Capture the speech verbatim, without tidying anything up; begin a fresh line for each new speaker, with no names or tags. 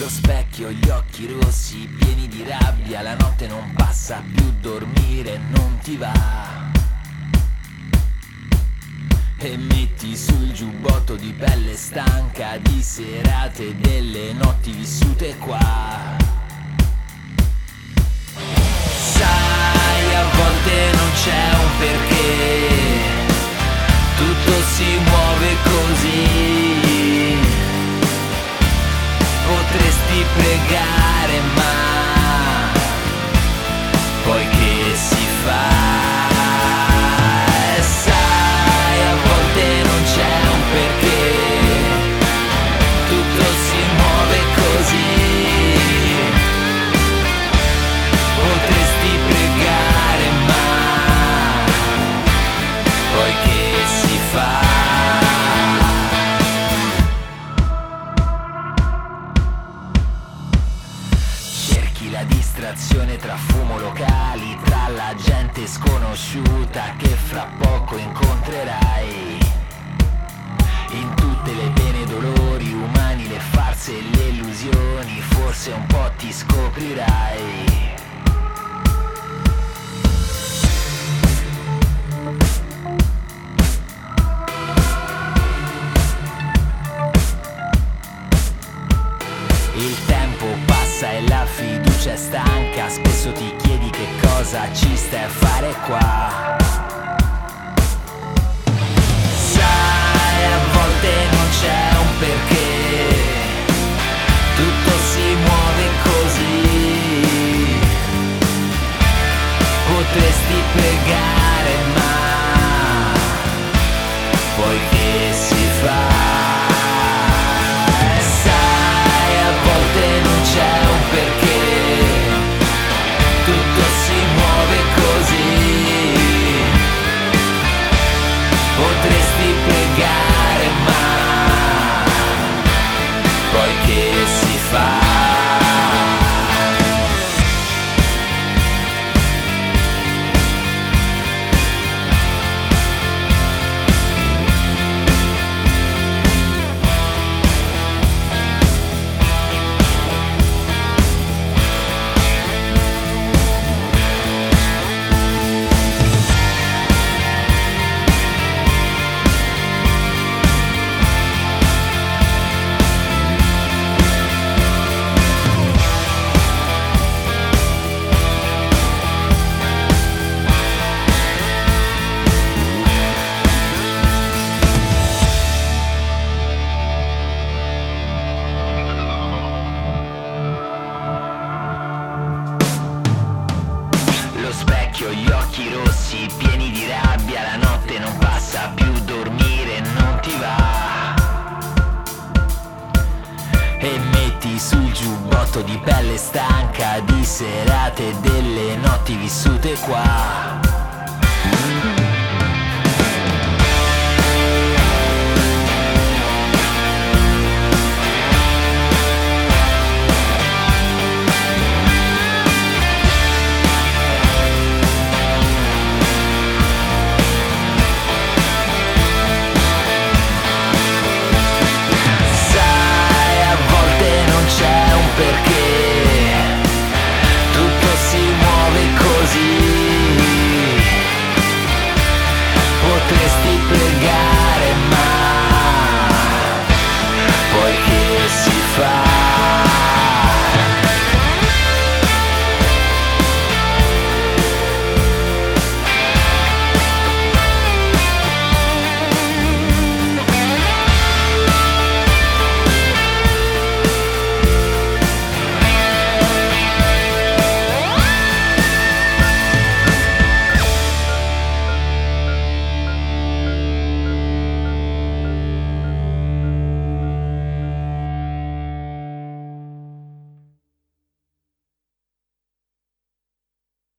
Lo specchio, gli occhi rossi pieni di rabbia, la notte non passa più, dormire non ti va. E metti sul giubbotto di pelle stanca di serate delle notti vissute qua. Sai, a volte non c'è un perché, tutto si muove così. Potresti pregare, ma poi che si fa? Sai, a volte non c'è un perché, tutto si muove così. Potresti pregare, ma poi che si fa? La distrazione tra fumo locali, tra la gente sconosciuta che fra poco incontrerai. In tutte le pene e dolori umani, le farse e le illusioni, forse un po' ti scoprirai. Il tempo passa e la fiducia è stanca, spesso ti chiedi che cosa ci stai a fare qua. Sai, a volte non c'è un perché, tutto si muove così. Potresti pregare, ma poi che si fa? C'è un perché, tutto si muove così. Potresti pregare, ma poi che si fa? Gli occhi rossi pieni di rabbia, la notte non passa più, dormire non ti va. E metti sul giubbotto di pelle stanca di serate delle notti vissute qua.